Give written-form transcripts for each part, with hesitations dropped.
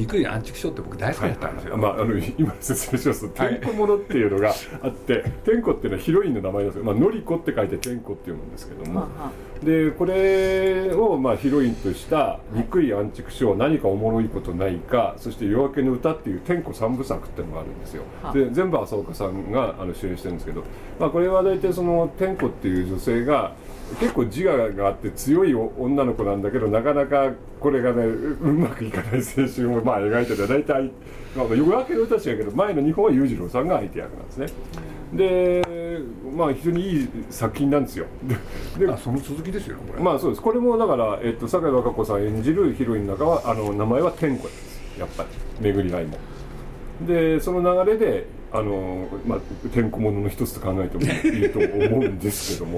憎い安畜生って僕大好きだったんですよ、 今説明しますと天子物っていうのがあって、天子っていうのはヒロインの名前なんですよ、のりこって書いて天子っていうんですけども、でこれをヒロインとした憎い安畜生、何かおもろいことないか、そして夜明けの歌っていう天子三部作っていうのがあるんですよ。で全部浅岡さんが主演してるんですけど、これは大体その天子っていう女性が結構自我があって強い女の子なんだけど、なかなかこれがねうまくいかない青春を描いてて、大体夜明けの歌違うけど前の2本は裕次郎さんが相手役なんですね。で非常にいい作品なんですよ。 でその続きですよねこれ。 そうです。これもだから、堺雅子さん演じるヒロインの中は名前は天子です。やっぱり巡り合いもで、その流れで天子物の一つと考えてもいいと思うんですけども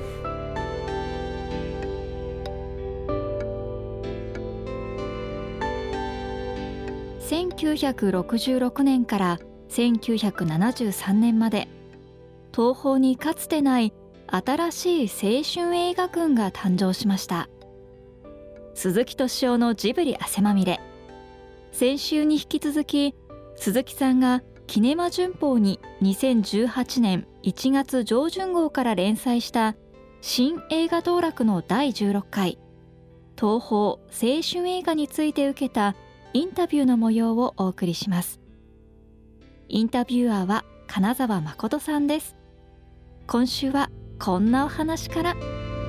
1966年から1973年まで東宝にかつてない新しい青春映画群が誕生しました。鈴木敏夫のジブリ汗まみれ。先週に引き続き鈴木さんがキネマ旬報に2018年1月上旬号から連載した新映画道楽の第16回東宝青春映画について受けたインタビューの模様をお送りします。インタビュアーは金沢誠さんです。今週はこんなお話から。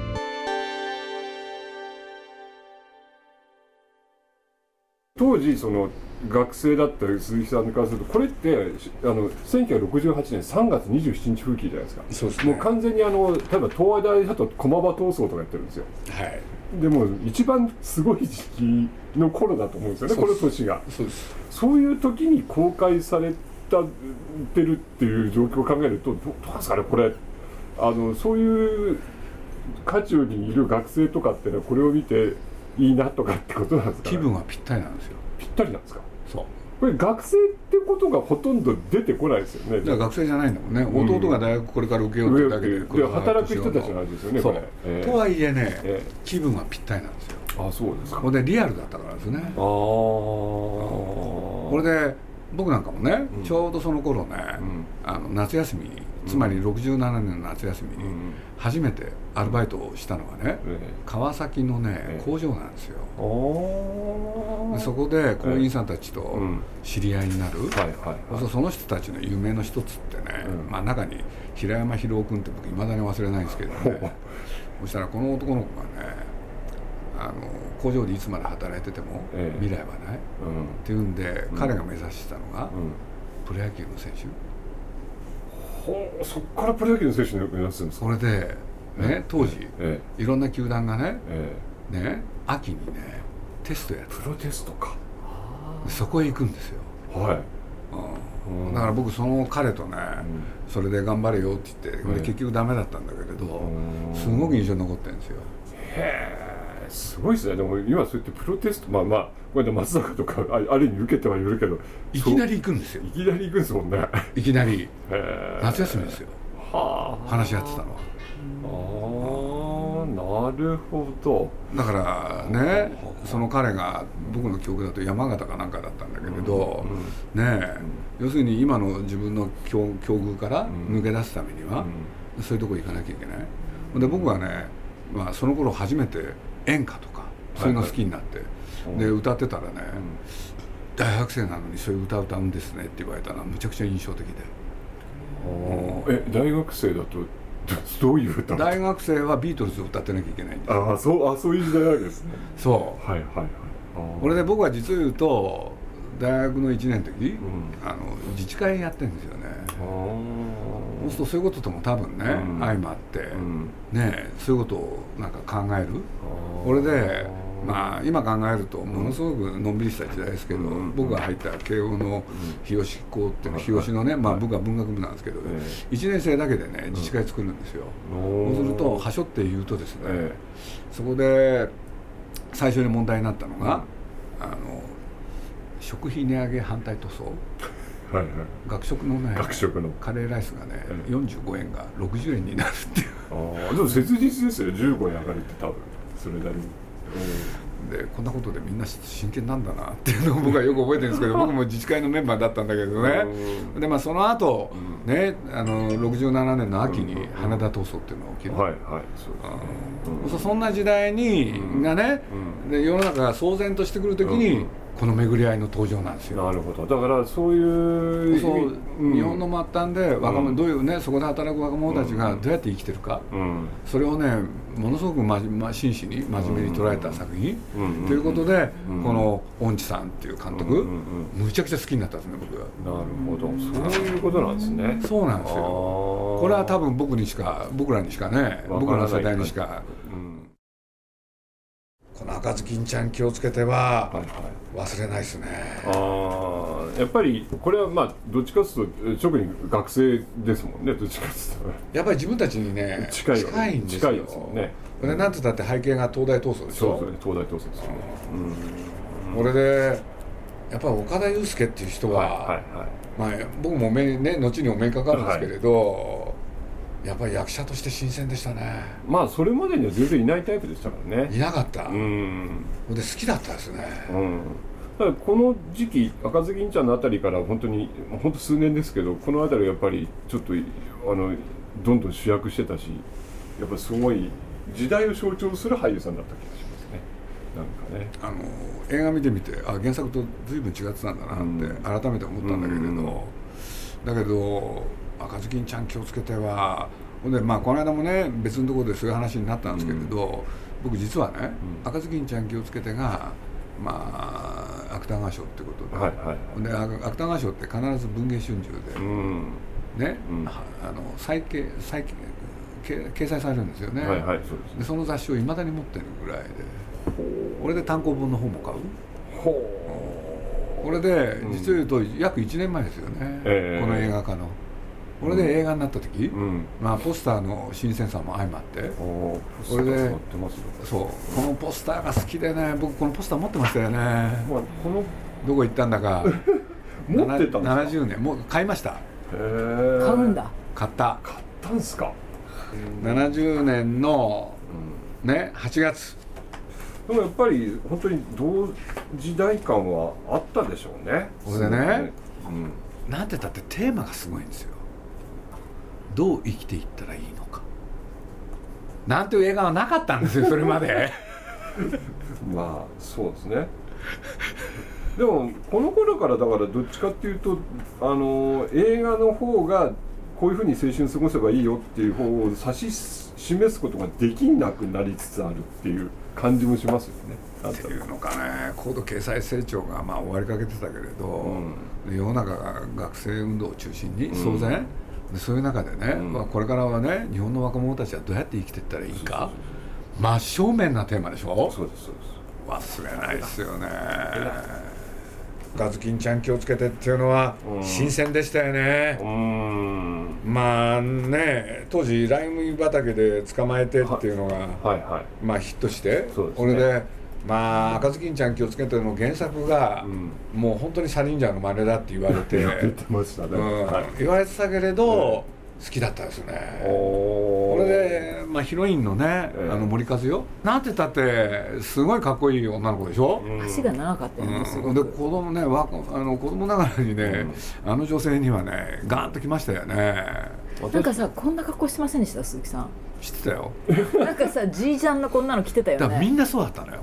当時その学生だった鈴木さんからすると、これって1968年3月27日風紀じゃないですか。 そうですね。 もう完全に例えば東亜大だと駒場闘争とかやってるんですよ。 はい。 でも一番すごい時期の頃だと思うんですよね、この年が。 そうです。 そういう時に公開されてるっていう状況を考えると、どうですかねこれ。そういう渦中にいる学生とかってのはこれを見ていいなとかってことなんですかね。 気分はぴったりなんですよ。 ぴったりなんですか。 そう。 これ学生ってことがほとんど出てこないですよね。 だから学生じゃないんだもんね、弟が大学これから受けようってだけで、 働く人たちの話ですよね。 そう、とはいえね、気分はぴったりなんですよ。 あ、そうですか。 これでリアルだったからですね。これで僕なんかもね、ちょうどその頃ね、夏休み、つまり67年の夏休みに初めてアルバイトをしたのがね、川崎のね工場なんですよ。そこで工員さんたちと知り合いになる。その人たちの有名の一つってね、中に平山博夫君って僕いまだに忘れないんですけどね、そしたらこの男の子がね、工場でいつまで働いてても未来はないっていうんで、彼が目指してたのがプロ野球の選手。 そこからプロ野球の選手を目指すんですか。 それでね、当時いろんな球団がね秋にねテストやって、 プロテストか。 そこへ行くんですよ。 はい。 だから僕その彼とね、それで頑張れよって言って、結局ダメだったんだけれど、すごく印象に残ってるんですよ。 へえ。すごいですね。でも今そうやってプロテスト、これで松坂とかある意味受けてはいるけど、 いきなり行くんですよ。 いきなり行くんですもんね。 いきなり夏休みですよ。話し合ってたのは。 なるほど。 だからね、その彼が僕の記憶だと山形かなんかだったんだけれど、要するに今の自分の境遇から抜け出すためにはそういうとこ行かなきゃいけない。で僕はね、その頃初めて演歌とかそういうの好きになって、で歌ってたらね、大学生なのにそういう歌歌うんですねって言われたのはむちゃくちゃ印象的で。 大学生だとどういう歌？ 大学生はビートルズを歌ってなきゃいけないんですよ。 そういう時代なんですね。 そう。これで僕は実を言うと大学の1年の時、自治会やってるんですよね。そうするとそういうこととも多分ね、相まって、そういうことをなんか考える。これで今考えるとものすごくのんびりした時代ですけど、僕が入った慶応の日吉校っていうの、日吉のね、僕は文学部なんですけど、1年生だけでね自治会作るんですよ。そうするとはしょって言うとですね、そこで最初に問題になったのが、食費値上げ反対塗装。学食のね、カレーライスがね、45円が60円になるっていう。 でも切実ですよ、15円上がるって多分それなりに。 でこんなことでみんな真剣なんだなっていうのを僕はよく覚えてるんですけど僕も自治会のメンバーだったんだけどねで、まあ、その後、ね67年の秋に羽田闘争っていうのが起きる、そんな時代がね、で世の中が騒然としてくるときに、この巡り合いの登場なんですよ。 なるほど。だからそういう日本の末端で若者、どういうねそこで働く若者たちがどうやって生きてるか、それをねものすごく真摯に真面目に捉えた作品ということで、この恩地さんっていう監督、むちゃくちゃ好きになったんですね僕は。 なるほど、そういうことなんですね。 そうなんですよ。これは多分僕らにしかね、僕らの世代にしか。この赤ずきんちゃん気をつけては忘れないですね。 やっぱりこれはまあどっちかというと特に学生ですもんね。どっちかというとやっぱり自分たちにね近いんですよ。ね。でなんてだって背景が東大闘争でしょ。 そうですね、東大闘争ですよね。 これでやっぱり岡田祐介っていう人は、まあ僕もね後にお目にかかるんですけれど。やっぱり役者として新鮮でしたね。 まあそれまでには全然いないタイプでしたからね。 いなかった。で好きだったですね。 だからこの時期赤ずきんちゃんのあたりから本当数年ですけどこのあたりやっぱりちょっとどんどん主役してたしやっぱすごい時代を象徴する俳優さんだった気がしますね。なんかね。 映画見てみて原作と随分違ってたんだなって改めて思ったんだけれど、だけど。赤ずきんちゃん気をつけてはほんで、まあ、この間もね別のところでそういう話になったんですけれど、僕実はね、赤ずきんちゃん気をつけてが、まあ、芥川賞ってことで、で芥川賞って必ず文藝春秋で、ね掲載されるんですよね。でその雑誌をいまだに持ってるぐらいでこれで単行本の本も買う。これで実を言うと約1年前ですよね、この映画化の。これで映画になった時、まあポスターの新鮮さも相まってこれでそうこのポスターが好きでね僕このポスター持ってましたよね。どこ行ったんだか持ってたんですか。 70年もう買いました。 買うんだ。 買ったんですか。 70年のね8月。 でもやっぱり本当に同時代感はあったでしょうね。 これでね、なんて言ったってテーマがすごいんですよ。どう生きていったらいいのかなんていう映画はなかったんですよそれまでまあそうですね。でもこの頃からだからどっちかっていうと映画の方がこういうふうに青春過ごせばいいよっていう方を指し示すことができなくなりつつあるっていう感じもしますよね。 っていうのかね高度経済成長がまあ終わりかけてたけれど、世の中が学生運動を中心に騒然、でそういう中でね、これからはね日本の若者たちはどうやって生きていったらいいか真正面なテーマでしょ。 そうです忘れないですよね。赤ずきんちゃん気をつけてっていうのは新鮮でしたよね。まあね当時ライ麦畑で捕まえてっていうのが、まあヒットして、これでまあ赤ずきんちゃん気をつけての原作が、もう本当にサリンジャーの真似だって言われて言われてたけれど、好きだったですね。これで、まあ、ヒロインのね、森和代なんて言ったってすごいかっこいい女の子でしょ。 足が長かったよね。 で子供ね子供ながらにね、あの女性にはねガーンときましたよね。 なんかさこんな格好してませんでした鈴木さん。 知ってたよ。 なんかさじいちゃんのこんなの着てたよね。 だからみんなそうだったのよ。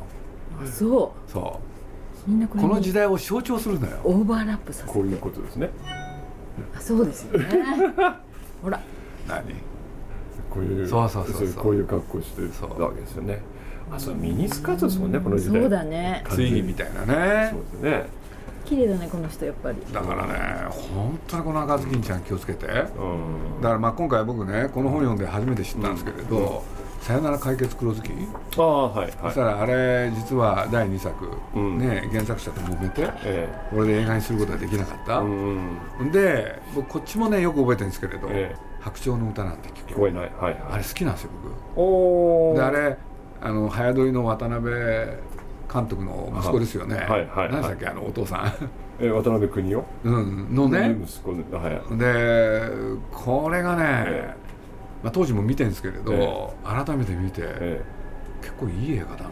そうみんなこの時代を象徴するのよ。 オーバーラップさせてこういうことですね。 そうですよね。ほら何こういうこういう格好してたわけですよね。そうミニスカートですもんねこの時代。 そうだね。 ツインみたいなね。 そうですね。 綺麗だねこの人やっぱり。 だからね本当にこの赤ずきんちゃん気をつけて。だからまあ今回僕ねこの本読んで初めて知ったんですけれど。さよなら解決黒ずき。そしたらあれ実は第2作、ね原作者と揉めて、これで映画にすることはできなかった。で僕こっちもねよく覚えてるんですけれど、白鳥の歌なんて聞こえない。あれ好きなんですよ僕。であれ早撮りの渡辺監督の息子ですよね。何でしたっけお父さん。 渡辺邦夫のね息子でこれがね。当時も見てるんですけれど、改めて見て、結構いい映画だなっ 。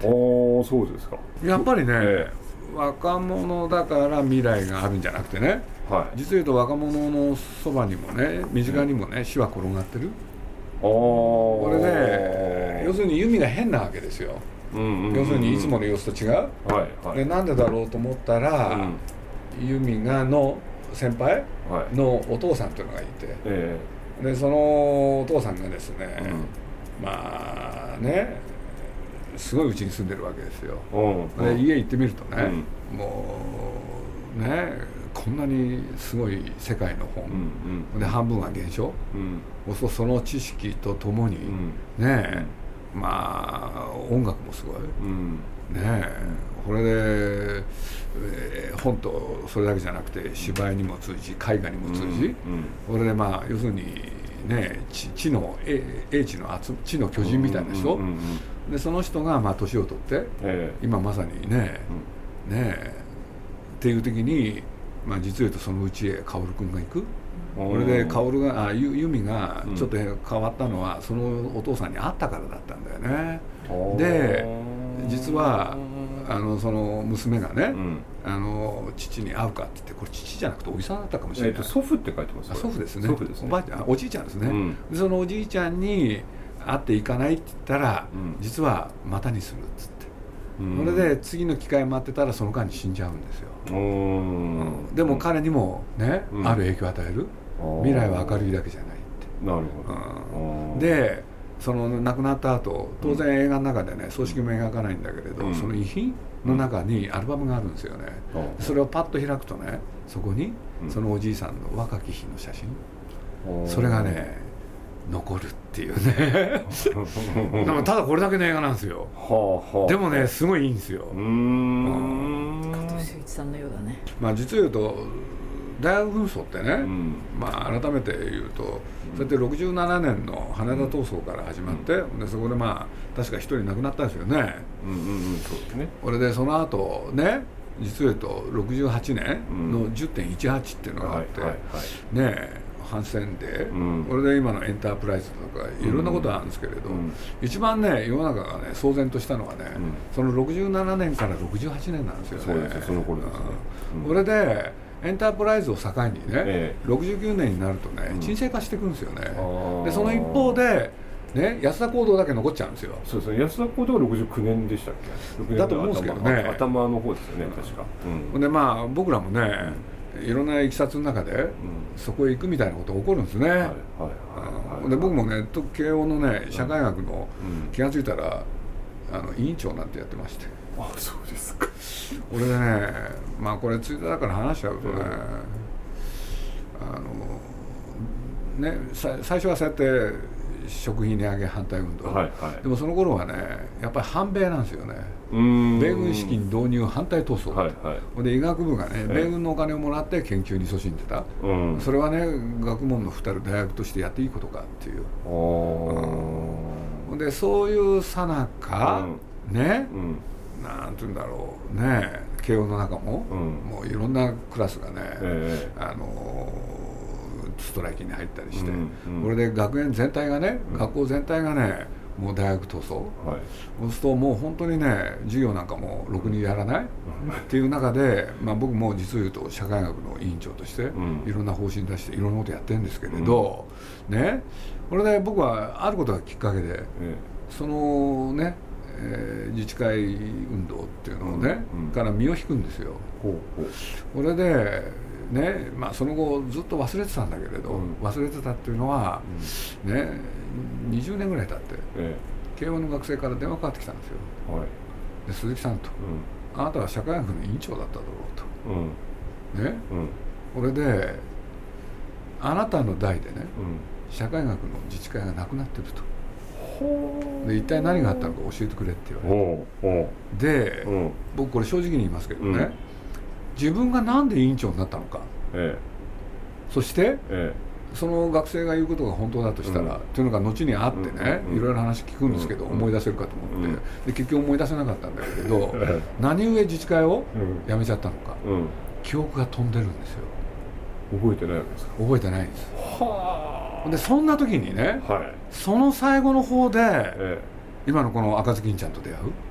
そうですか。 やっぱりね、若者だから未来があるんじゃなくてね、実を言うと若者のそばにもね、身近にもね、死は転がってる。これね、要するに弓が変なわけですよ。要するにいつもの様子と違う。でなんでだろうと思ったら、弓がの先輩のお父さんというのがいて、でそのお父さんがですね、まあね、すごいうちに住んでるわけですよ。で家行ってみるとね、もうね、こんなにすごい世界の本、で半分は原書、その知識とともにね、まあ音楽もすごい、ね、これで、本とそれだけじゃなくて芝居にも通じ、絵画にも通じ、これでまあ要するにね、知の知の巨人みたいな人、でその人がまあ年を取って、今まさにね、っていう時に、まあ、実を言うとそのうちへ薫君が行く。これで薫が弓がちょっと変わったのは、そのお父さんに会ったからだったんだよね。で実はその娘がね、父に会うかって言って、これ父じゃなくておじさんだったかもしれない。 祖父って書いてます。 祖父ですね。おばあちゃん、おじいちゃんですね。でそのおじいちゃんに会っていかないって言ったら、実はまたにするっつって、それで次の機会待ってたらその間に死んじゃうんですよ。でも彼にもね、ある影響を与える。未来は明るいだけじゃないって。 なるほど。 でその亡くなった後、当然映画の中でね、葬式も描かないんだけれど、その遺品の中にアルバムがあるんですよね。それをパッと開くとね、そこにそのおじいさんの若き日の写真、それがね残るっていうねただこれだけの映画なんですよ。でもね、すごいいいんですよ。 加藤修一さんのようだね。 まあ実を言うと大学紛争ってね、まあ改めて言うと、そうやって67年の羽田闘争から始まって、でそこでまあ確か一人亡くなったんですよね。 そうですね。 これでその後ね、実を言うと68年の 10.18 っていうのがあってね、反戦で、これで今のエンタープライズとかいろんなことがあるんですけれど、一番ね世の中がね騒然としたのはね、その67年から68年なんですよね。 そうですね、その頃ですね。 これでエンタープライズを境にね、69年になるとね沈静化していくんですよね。でその一方でね、安田講堂だけ残っちゃうんですよ。 そうですね、安田講堂は69年でしたっけ。 だと思うんですけどね、 頭の方ですよね、確か。 でまあ僕らもね、いろんないきさつの中でそこへ行くみたいなことが起こるんですね。で僕もね、慶応のね社会学の気が付いたら委員長なんてやってまして。 そうですか。 これでね、まあこれツイッターだから話しちゃうとね、最初はそうやって食費値上げ反対運動、でもその頃はねやっぱり反米なんですよね。米軍資金導入反対闘争、で医学部がね米軍のお金をもらって研究に勤しんでた、それはね学問のふたる大学としてやっていいことかっていう、でそういうさなかね、なんていうんだろうね、慶応の中も、もういろんなクラスがね、ストライキに入ったりして、これで学園全体がね、学校全体がねもう大学闘争、そうするともう本当にね授業なんかもろくにやらないっていう中で、まあ、僕も実を言うと社会学の委員長としていろんな方針出していろんなことやってるんですけれど、ね、これで僕はあることがきっかけで、そのね自治会運動っていうのをね、から身を引くんですよ。これでね、まあその後ずっと忘れてたんだけれど、忘れてたっていうのは、ね、20年ぐらい経って、慶応の学生から電話かかってきたんですよ。で鈴木さんと、あなたは社会学の委員長だっただろうと、ね、これであなたの代でね、社会学の自治会がなくなってると。で一体何があったのか教えてくれって言われて、で、僕これ正直に言いますけどね、自分がなんで委員長になったのか、そして、その学生が言うことが本当だとしたら、というのが後にあってね、いろいろ話聞くんですけど、思い出せるかと思って、で結局思い出せなかったんだけれど、何故自治会を辞めちゃったのか、記憶が飛んでるんですよ。 覚えてないわけですか。 覚えてないんです。でそんな時にね、その最後の方で、今のこの赤ずきんちゃんと出会う。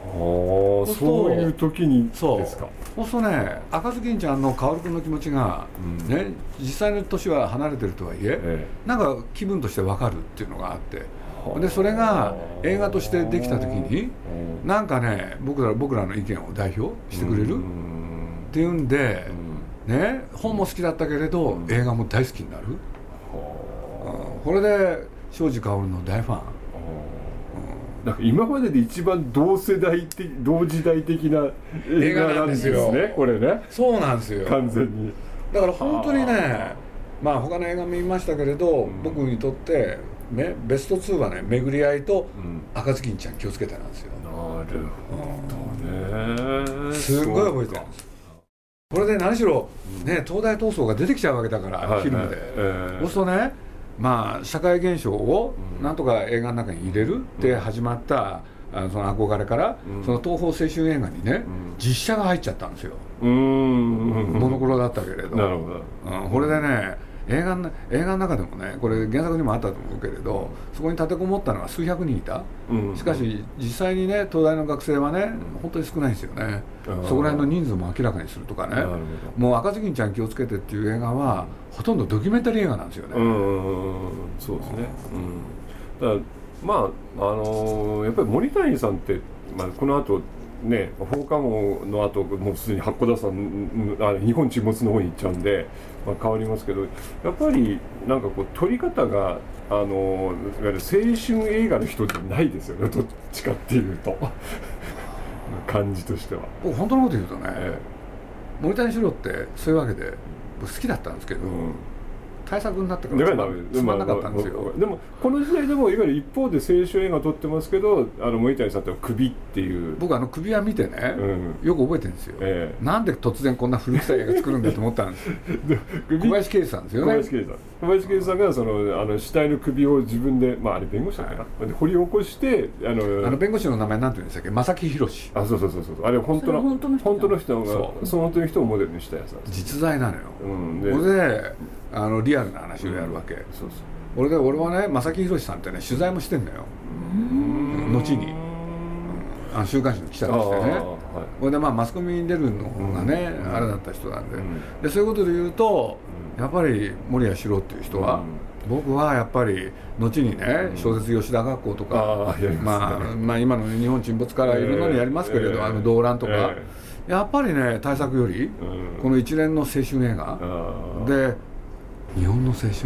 そういう時にですか。 そうするとね、赤ずきんちゃんの薫君の気持ちが、ね、実際の年は離れてるとはいえ、なんか気分として分かるっていうのがあって、でそれが映画としてできた時になんかね、僕らの意見を代表してくれるっていうんで、ね、本も好きだったけれど、映画も大好きになる、これで庄司薫の大ファン。 なんか今までで一番同時代的な映画なんですね、これね。 そうなんですよ、 完全に。 だから本当にね、まあ他の映画見ましたけれど、僕にとってベスト2はね、巡り合いと赤ずきんちゃん気をつけてなんですよ。 なるほどね。 すごい覚えてるんです。これで何しろね、東大闘争が出てきちゃうわけだから、フィルムで。そうするとね、まあ社会現象をなんとか映画の中に入れるって始まったその憧れから、その東宝青春映画にね、実写が入っちゃったんですよ。モノクロだったけれど。 なるほど。 これでね、映画の中でもね、これ原作にもあったと思うけれど、そこに立てこもったのは数百人いた。しかし実際にね、東大の学生はね、本当に少ないんですよね。そこら辺の人数も明らかにするとかね。もう赤ずきんちゃん気をつけてっていう映画はほとんどドキュメンタリー映画なんですよね。 そうですね。だからまあやっぱり森谷さんって、まあ、この後ね、放課後の後もうすでに八甲田山日本沈没の方に行っちゃうんで、まあ、変わりますけど、やっぱりなんかこう撮り方がいわゆる青春映画の人じゃないですよね、どっちかっていうと感じとしては。 僕本当のこと言うとね、森谷四郎ってそういうわけで僕好きだったんですけど、対策になってからつまんなかったんですよ。 でもこの時代でもいわゆる一方で青春映画撮ってますけど、森谷さんって首っていう、 僕首輪見てね、よく覚えてるんですよ。なんで突然こんな古臭い映画作るんだと思ったんです小林圭司さんですよね。 小林圭司さんが死体の首を自分で、まああれ弁護士だったかな、で掘り起こして、 弁護士の名前なんて言うんでしたっけ、正木宏。 そう、あれ本当の人がその本当の人をモデルにしたやつなんです。 実在なのよ。それでリアルな話をやるわけ。俺はね、正木宏さんってね、取材もしてんだよ、後に週刊誌の記者としてね。これでまあマスコミに出るのがね、あれだった人なんで、そういうことで言うと、やっぱり森谷四郎っていう人は、僕はやっぱり後にね、小説吉田学校とか、まあ今の日本沈没からいろんなのやりますけれど、動乱とか、やっぱりね、大作よりこの一連の青春映画で、日本の青春、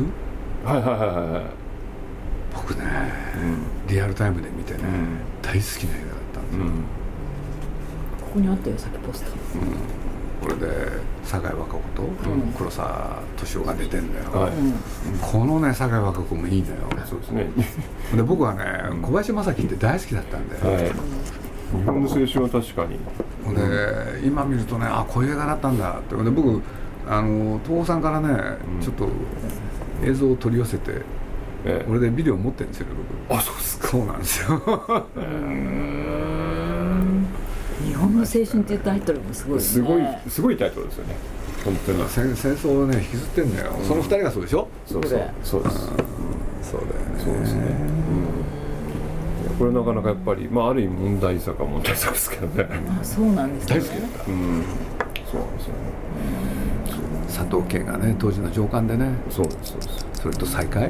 僕ね、リアルタイムで見てね、大好きな映画だったんですよ。 ここにあったよ、さっきポスター。 これで堺和歌子と黒沢敏夫が出てんだよ。このね、堺和歌子もいいんだよ。 そうですね。 で僕はね、小林正樹って大好きだったんで、 日本の青春は確かに。 で今見るとね、こういう映画だったんだって。で僕東宝さんからね、ちょっと映像を取り寄せて、俺でビデオ持ってるんですよ、僕。 そうですか。 そうなんですよ。 日本の青春っていうタイトルもすごいね。 すごいタイトルですよね、本当に。 戦争をね、引きずってんだよ。その2人がそうでしょ。 そうです。 そうだよね。 そうですね。これなかなかやっぱり、ある意味問題作ですけどね。 そうなんですね。 大好きだった。 そうなんですよね。 佐藤健がね、当時の上官でね。 そうです。 それと再会。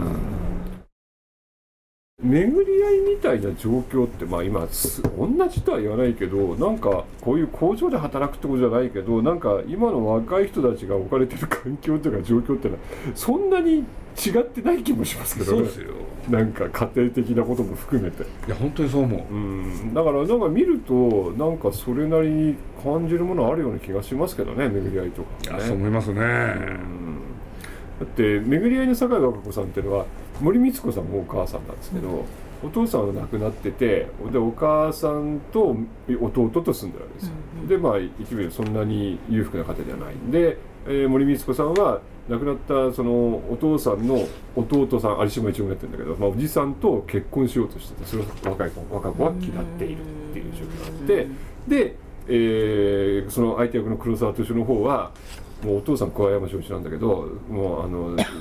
巡り合いみたいな状況って、今同じとは言わないけど、なんかこういう工場で働くってことじゃないけど、なんか今の若い人たちが置かれてる環境というか状況ってのはそんなに違ってない気もしますけどね。 そうですよ。 なんか家庭的なことも含めて。 いや本当にそう思う。 だからなんか見るとなんかそれなりに感じるものあるような気がしますけどね、巡り合いとかね。 そう思いますね。 だって巡り合いの堺和歌子さんっていうのは森光子さんもお母さんなんですけど、お父さんは亡くなってて、でお母さんと弟と住んでるわけですよ。で言ってみればそんなに裕福な家庭ではないんで、森光子さんは亡くなったそのお父さんの弟さん、有島一郎がやってるんだけど、おじさんと結婚しようとしてて、それを若い子は嫌っているっていう状況があって、で、その相手役の黒沢敏夫の方はもうお父さん桑山正一なんだけど、もう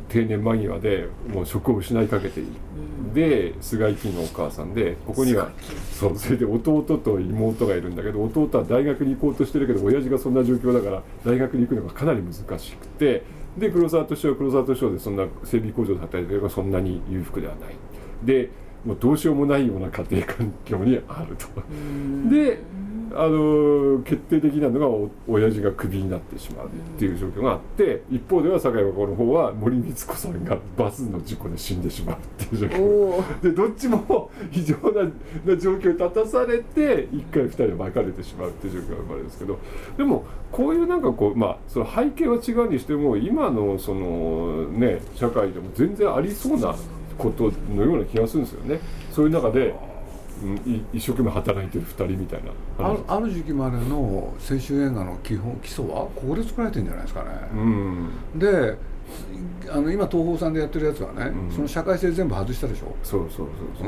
定年間際でもう職を失いかけている、で菅井金のお母さんで、ここにはそれで弟と妹がいるんだけど、弟は大学に行こうとしてるけど親父がそんな状況だから大学に行くのがかなり難しくて、で黒沢敏夫は黒沢敏夫でそんな整備工場で働いてるからそんなに裕福ではない、でもうどうしようもないような家庭環境にあると。で決定的なのが親父がクビになってしまうっていう状況があって、一方では堺和歌子の方は森光子さんがバスの事故で死んでしまうっていう状況で、どっちも非常な状況に立たされて1回2人で別れてしまうっていう状況が生まれるんですけど、でもこういうなんかこう、まあその背景は違うにしても今のそのね社会でも全然ありそうなことのような気がするんですよね。そういう中で一生懸命働いてる2人みたいなある時期までの青春映画の基礎はここで作られてるんじゃないですかね、で今東宝さんでやってるやつはね、その社会性全部外したでしょ。 そう、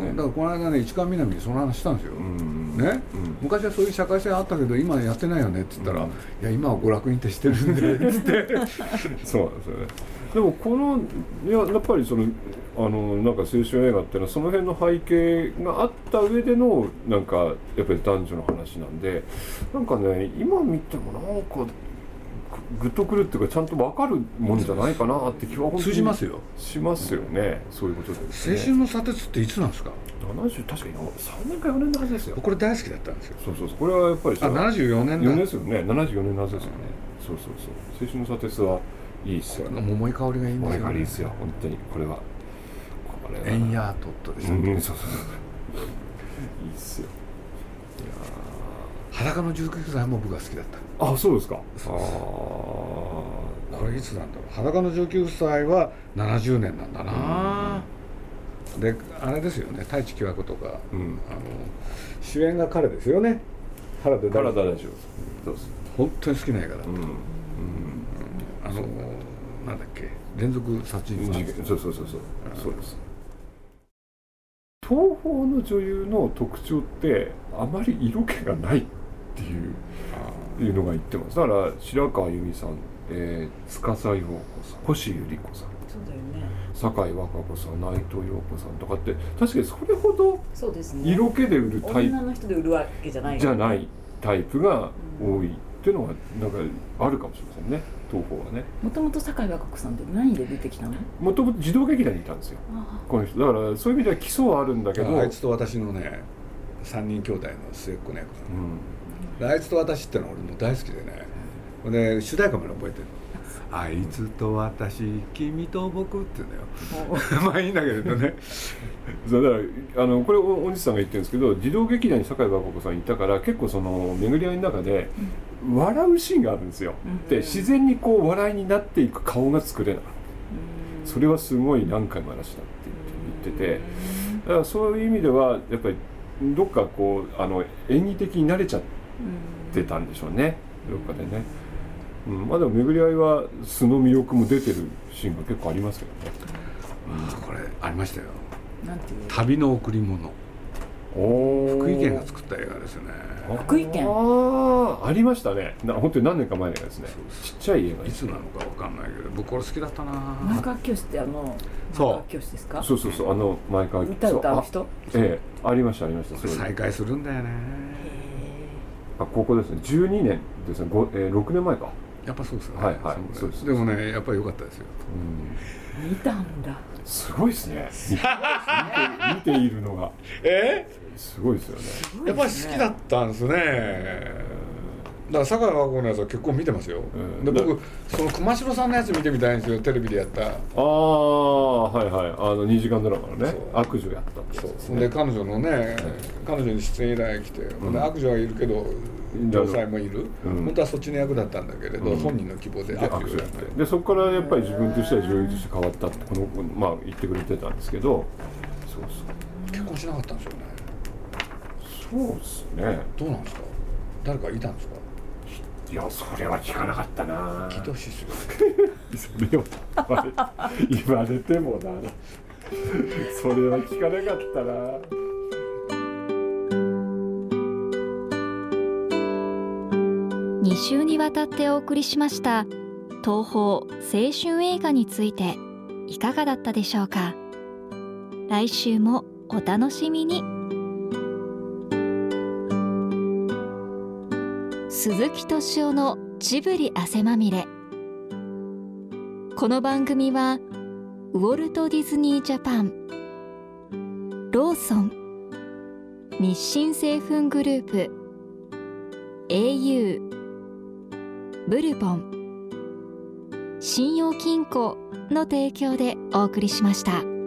だからこの間ね市川みなみにその話したんですよ、ね、昔はそういう社会性あったけど今やってないよねって言ったら、いや今は娯楽に徹してるんでってそうなんですよね。 でもやっぱりそのなんか青春映画っていうのはその辺の背景があった上でのなんかやっぱり男女の話なんで、なんかね今見てもなんかグッとくるっていうかちゃんと分かるもんじゃないかなって気は本当に通じますよ。 しますよね、そういうことですね。 青春の砂鉄っていつなんですか ？70確かに3年か4年のはずですよ。 これ大好きだったんですよ。 そうこれはやっぱり 74年だ。 4年ですよね。74年のはずですよね。そう青春の砂鉄はいいっすよね。 桃井香りがいいんですよ、ね。 桃井香りいいっすよ本当に。これはエンヤートットですね。 そういいっすよ。 裸の19歳も僕が好きだった。 あ、そうですか。 これいつなんだろう。裸の19歳は70年なんだな。であれですよね、太一喜和子とか、主演が彼ですよね。原田大丈夫。本当に好きな映画だった。なんだっけ、連続殺人事件。そうです。 東宝の女優の特徴ってあまり色気がないっていうのが言ってます。だから白川由美さん、司陽子さん、星百合子さん、 そうだよね、 堺和歌子さん、内藤陽子さんとかって確かにそれほど色気で売るタイプ、 女の人で売るわけじゃないタイプが多いっていうのがなんかあるかもしれませんね、東宝はね。 もともと堺和歌子さんって何で出てきたの？ もともと児童劇団にいたんですよ、この人。だからそういう意味では基礎はあるんだけど、 あいつと私のね3人兄弟の末っ子の役なの、あいつと私ってのは俺も大好きでね、で主題歌まで覚えてる。あいつと私、君と僕って言うんだよまあいいんだけれどねだからこれおじさんが言ってるんですけど、児童劇団に堺和歌子さんいたから結構その巡り合いの中で笑うシーンがあるんですよ、で自然にこう笑いになっていく顔が作れなかった、それはすごい何回もやらしたって言ってて、だからそういう意味ではやっぱりどっかこう演技的に慣れちゃってたんでしょうね、どっかでね。まあでも巡り合いは素の魅力も出てるシーンが結構ありますけどね。 これありましたよ。 なんていう？ 旅の贈り物。福井県が作った映画ですよね。 福井県？ ありましたね。本当に何年か前の映画ですね。ちっちゃい映画。 いつなのかわかんないけど、僕これ好きだったな。 前川清って前川清ですか？ そう前川清。 歌う人？ ありました。 再会するんだよね。 ここですね。12年ですね。6年前か。 やっぱそうですよね。 はいそうです。 でもね、やっぱり良かったですよ。 見たんだ。 すごいですね。見ているのが。すごいですよね。 やっぱり好きだったんですね。だから堺和歌子のやつは結構見てますよ。で僕その熊代さんのやつ見てみたいんですよ、テレビでやった。 2時間ドラマのね、悪女やったんですで彼女のね、彼女に出演依頼が来て、悪女はいるけど女妻もいる、本当はそっちの役だったんだけれど、本人の希望で悪女やって、 でそこからやっぱり自分としては女優として変わったって言ってくれてたんですけど、 結婚しなかったんですよね。 そうですね。 どうなんですか、誰かいたんですか？ いや、それは聞かなかったな。 聞いてほしいですよそれを言われてもなそれは聞かなかったな。 2週にわたってお送りしました東宝青春映画について、 いかがだったでしょうか。来週もお楽しみに。鈴木敏夫のジブリ汗まみれ。この番組はウォルト・ディズニー・ジャパン、ローソン、日清製粉グループ、au、ブルボン、信用金庫の提供でお送りしました。